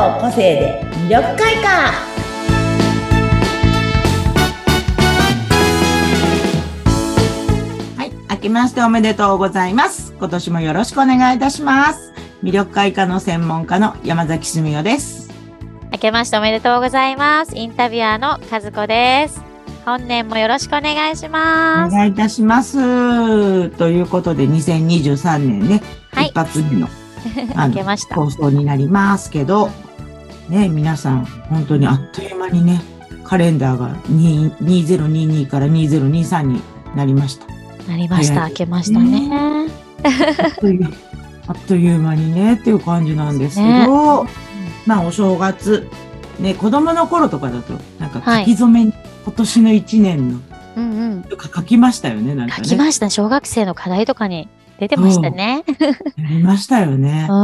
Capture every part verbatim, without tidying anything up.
の個性で魅力開花。はい、明けましておめでとうございます。今年もよろしくお願いいたします。魅力開花の専門家の山崎澄代です。 明けましておめでとうございます。インタビュアーの和子です。本年もよろしくお願いします。 お願いいたします。ということでにせんにじゅうさんねんね、はい、一発目の明けました放送になりますけど、ね、皆さん本当にあっという間にね、カレンダーがにせんにじゅうにからにせんにじゅうさんになりました。 なりました。明けましたね。 あっという、あっという間にねっていう感じなんですけど、ね、まあお正月、ね、子供の頃とかだと、なんか書き初めに、はい、今年の一年の、うんうん、とか書きましたよね、なんかね。 書きました。小学生の課題とかに出てましたね。 やりましたよね。 うん。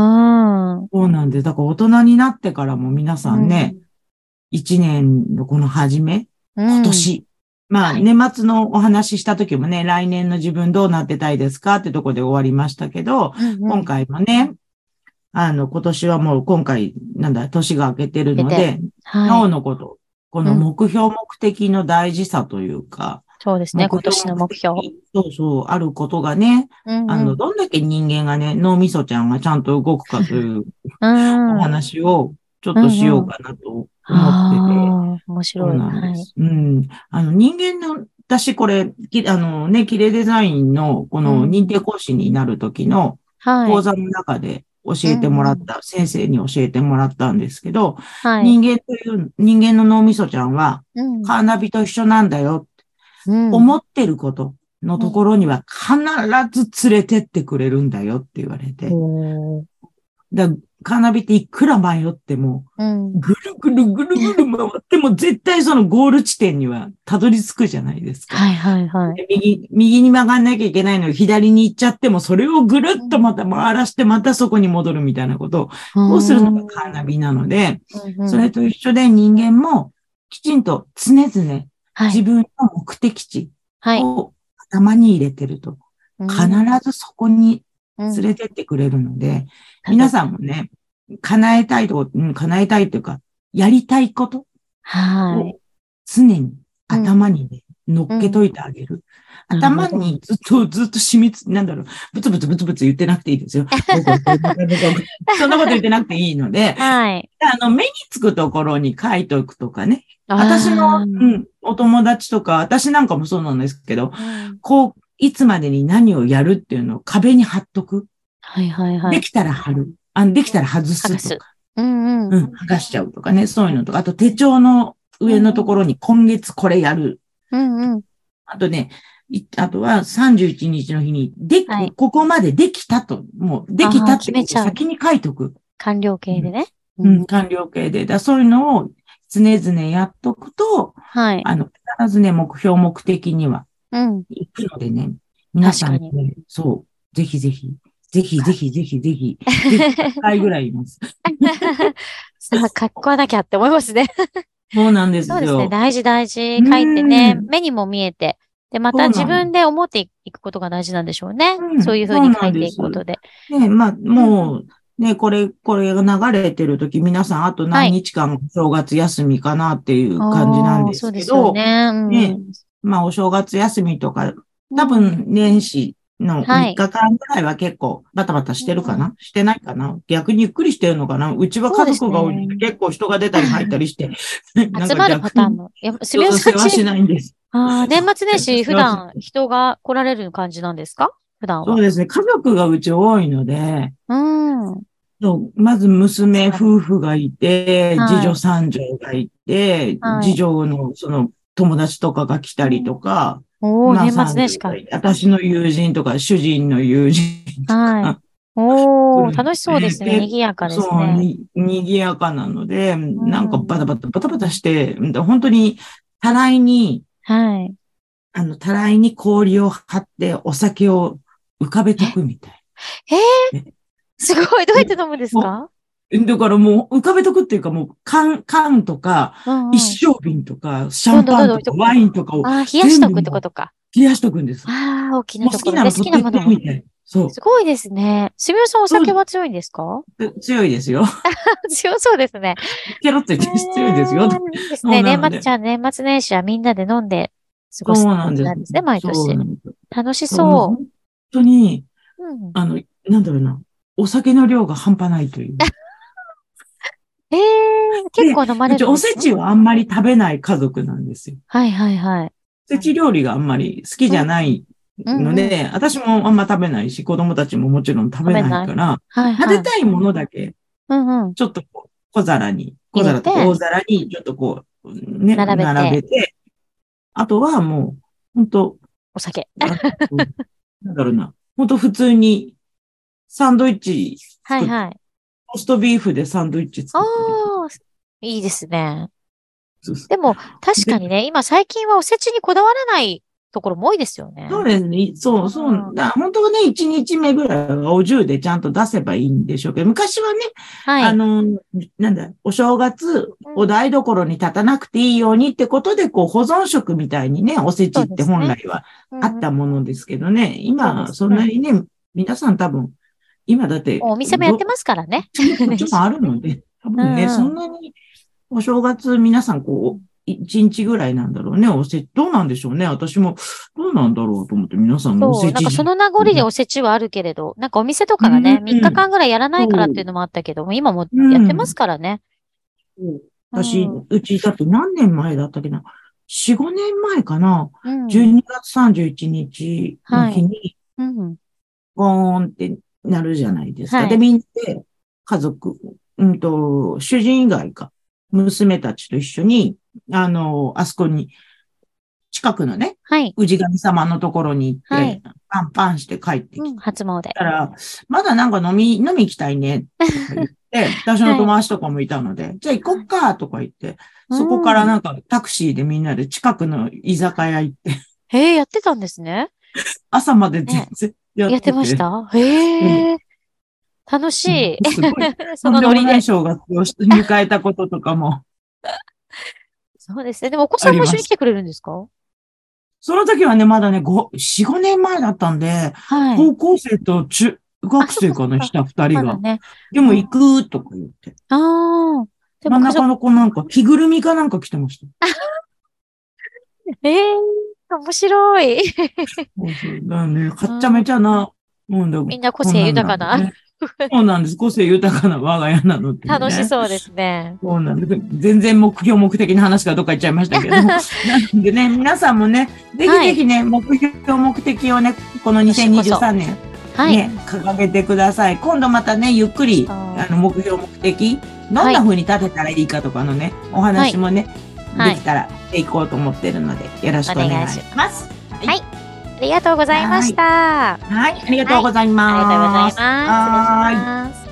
そうなんです。だから大人になってからも皆さんね、一、うん、年のこの初め、今年、うん、まあ、はい、年末のお話しした時もね、来年の自分どうなってたいですかってとこで終わりましたけど、うんうん、今回もね、あの、今年はもう今回、なんだ、年が明けてるので、はい、なおのこと、この目標目的の大事さというか、 うん、そうですね、今年の目標。 そうそう、あることがね、うんうん、あの、どんだけ人間がね、脳みそちゃんがちゃんと動くかというお話をちょっとしようかなと思ってて。 うんうん、面白い。 そうなんです。はい、うん。あの、人間の、私これ、あのね、キレデザインのこの認定講師になる時の講座の中で、教えてもらった、うんうん、先生に教えてもらったんですけど、はい、人間という、人間の脳みそちゃんは、うん、カーナビと一緒なんだよ、うん、思ってることのところには必ず連れてってくれるんだよって言われて。うん、だカーナビっていくら迷っても、うん、ぐるぐるぐるぐる回っても絶対そのゴール地点にはたどり着くじゃないですか。 はいはいはい。 右、右に曲がんなきゃいけないのに左に行っちゃってもそれをぐるっとまた回らしてまたそこに戻るみたいなことをするのがカーナビなので、うん、それと一緒で人間もきちんと常々自分の目的地を頭に入れてると、必ずそこに連れてってくれるので、うん、皆さんもね、叶えたいと、うん、叶えたいというか、やりたいことを常に頭にね、うん、乗っけといてあげる。うん、頭にずっとずっと染みつ、なんだろう、ブツブツブツブツ言ってなくていいですよ。そんなこと言ってなくていいので、はい、あの、目につくところに書いておくとかね。私の、うん、お友達とか、私なんかもそうなんですけど、うん、こう、いつまでに何をやるっていうのを壁に貼っとく。 はいはいはい。 できたら貼る。あできたら外すとか。 うんうん。 うん、剥がしちゃうとかね、そういうのとか。あと手帳の上のところに今月これやる。 うんうん。 あとね、あとはさんじゅういちにちの日に、で、はい、ここまでできたと、もうできたってことを先に書いとく。 完了形でね。 うん、うん、完了形で。だそういうのを常々やっとくと、はい。あの、必ずね、目標目的には、うん。行くのでね、皆さん、ね、そう、ぜひぜひ、ぜひぜひぜひぜひ、ぜひ、いっかいぐらいいます。 さあ、書かなきゃって思いますね。 そうなんですよ。 そうですね。大事大事。書いてね、目にも見えて。で、また自分で思っていくことが大事なんでしょうね。そう, そういうふうに書いていくことで。 ね、まあ、もう、ね、これ、これが流れてるとき、皆さんあと何日間正月休みかなっていう感じなんですけど、 そうですよね。うん、 ね、まあ、お正月休みとか、多分年始のみっかかんぐらいは結構バタバタしてるかな、はい、してないかな逆にゆっくりしてるのかなうちは家族が多いので、結構人が出たり入ったりして。 なんか集まるパターンも。いや、すみません。 世話しないんです。 あ年末年始、普段人が来られる感じなんですか普段は。 そうですね。家族がうち多いので、 うん。 そうまず娘夫婦がいて、はい、次女三女がいて、はい、次女のその友達とかが来たりとか、 うん、おー、年末年始か。 私の友人とか、主人の友人とか。 はい。おー、楽しそうですね。賑やかですね。 そう、に、賑やかなので、うん、なんかバタバタバタバタして、本当に、たらいに、 はい。 あの、たらいに氷を張ってお酒を浮かべとくみたい。 えー、すごい。どうやって飲むんですか？ だからもう浮かべとくっていうかもう缶、缶とか、うんうん、一升瓶とか、シャンパンとか、ワインとかを。 ああ、冷やしとくってことか。 冷やしとくんです。 ああ、大きなところで好きなの取ってってみたい。 そう。 すごいですね。すみおさんお酒は強いんですか？ 強いですよ。 強そうですね。 ケロッと言って強いですよ。 えーいいですそうね。年末、 なので。 じゃあ年末年始はみんなで飲んで過ごそうすってなんです。 感じなんですね、毎年。 そうなんです。 楽しそう、もうそ本当に、 う。うん。 あの、なんだろうな。お酒の量が半端ないという。 ええ、結で、 構飲まうちおれるんですか？ せちはあんまり食べない家族なんですよ。 はいはいはい。 おせち料理があんまり好きじゃないうんうん。 ので、私もあんま食べないし、子供たちももちろん食べ食べない。 ないから、食はいはい。 べたいものだけ、 うんうん。 ちょっとこう小皿に、小入れて、 皿とか大皿にちょっとこう、ね、 並べて、 並べて、あとはもう、本当お酒。 あのなんだろうな、本当普通にサンドイッチ作って、 はいはい。 ローストビーフでサンドイッチあ作ったりとか。 あ、いいですね。 そうそでも、 うで、 確かにね、今最近はおせちにこだわらないところも多いですよね。 そうですね。そう、そう。 うん。 だ本当はね、いちにちめぐらいはお重でちゃんと出せばいいんでしょうけど、昔はね、 はい。 あの、なんだ、お正月、 うん。 お台所に立たなくていいようにってことで、こう、保存食みたいにね、おせそうちってですね。 本来はあっうんうん。 たものですけどね、 そうで今、 すね。 そんなにね、皆さん多分、今だって、 お店もやってど、 ますからね。 こっちも、こっちもあ年始もね。 るので、多う分ね、そんうん。 んなにお正月皆さんこう、一日ぐらいなんだろうね、おせち、どうなんでしょうね。私も、どうなんだろうと思って、皆さんのおそう、 せち事なんかその名残で情。 おせちはあるけれど、なんかお店とうかがね、3 ん、 日間ぐらいやらないからっそう、 ていうのもあったけども、今もうやってますん。 からね。 そうう私、 ん。 うちだって何年前だったっけな。よん、ごねんまえかな。 うん。 じゅうにがつさんじゅういちにちのはい。 日に、 うん。 ゴーンってなるじゃないですか。で、 はい。 みんなで家族、うんと、主人以外か、娘たちと一緒に、あの、あそこに、近くのね、 はい。 氏神様のところに行って、 はい。 パンパンして帰ってうん。 き初詣。 たら、まだなんか飲み、飲み行きたいね、とか言って、私のはい。 友達とかもいたので、じゃあ行こっか、とか言って、 うそこからん。 なんかタクシーでみんなで近くの居酒屋行って、 へえ、やってたんですね。 朝まで全ね。 然ややってってて、 ました？ うん、 へえ、楽しうんい。 すごい、 そとんでものノリで。 ない正月を迎えたこととかもそうですね。でもお子さんも一ありました。 緒に来てくれるんですか？ その時はね、まだね、ご、よん、ごねんまえだったんで、 はい。 高校生と中あ、 学そっ生かな、 かそっか。 下二人が。 まだね。 でも行くとか言って。 ああ。でも家族、 真ん中の子なんか着ぐるみかなんか着てました。 ええ、面白い。 そうそう。だからね、はうっちゃめん、 ちゃな、もんだ、 みんな個性こんなん豊かな。 なんでね。そうなんです。個性豊かな我が家なので楽しね。 そうですね。 そうなんです。全然目標目的な話がどっか行っちゃいましたけど。なのでね、皆さんもね、ぜひはい。 ぜひね、目標目的をね、この2023 年こそ。 年、 はい。 ね、掲げてください。今度またね、ゆっくり、あの、目標目的、どんはい。 な風に立てたらいいかとかのね、おはい。 話もね、 はい。 できたらしていこうと思ってるので、よろしおくお願い願いします。 します。はい。 はい。ありがとうございまはい。 した。ははい。ありがとうい。 ございありがとうございます。 ます。失礼しはーい。 ます。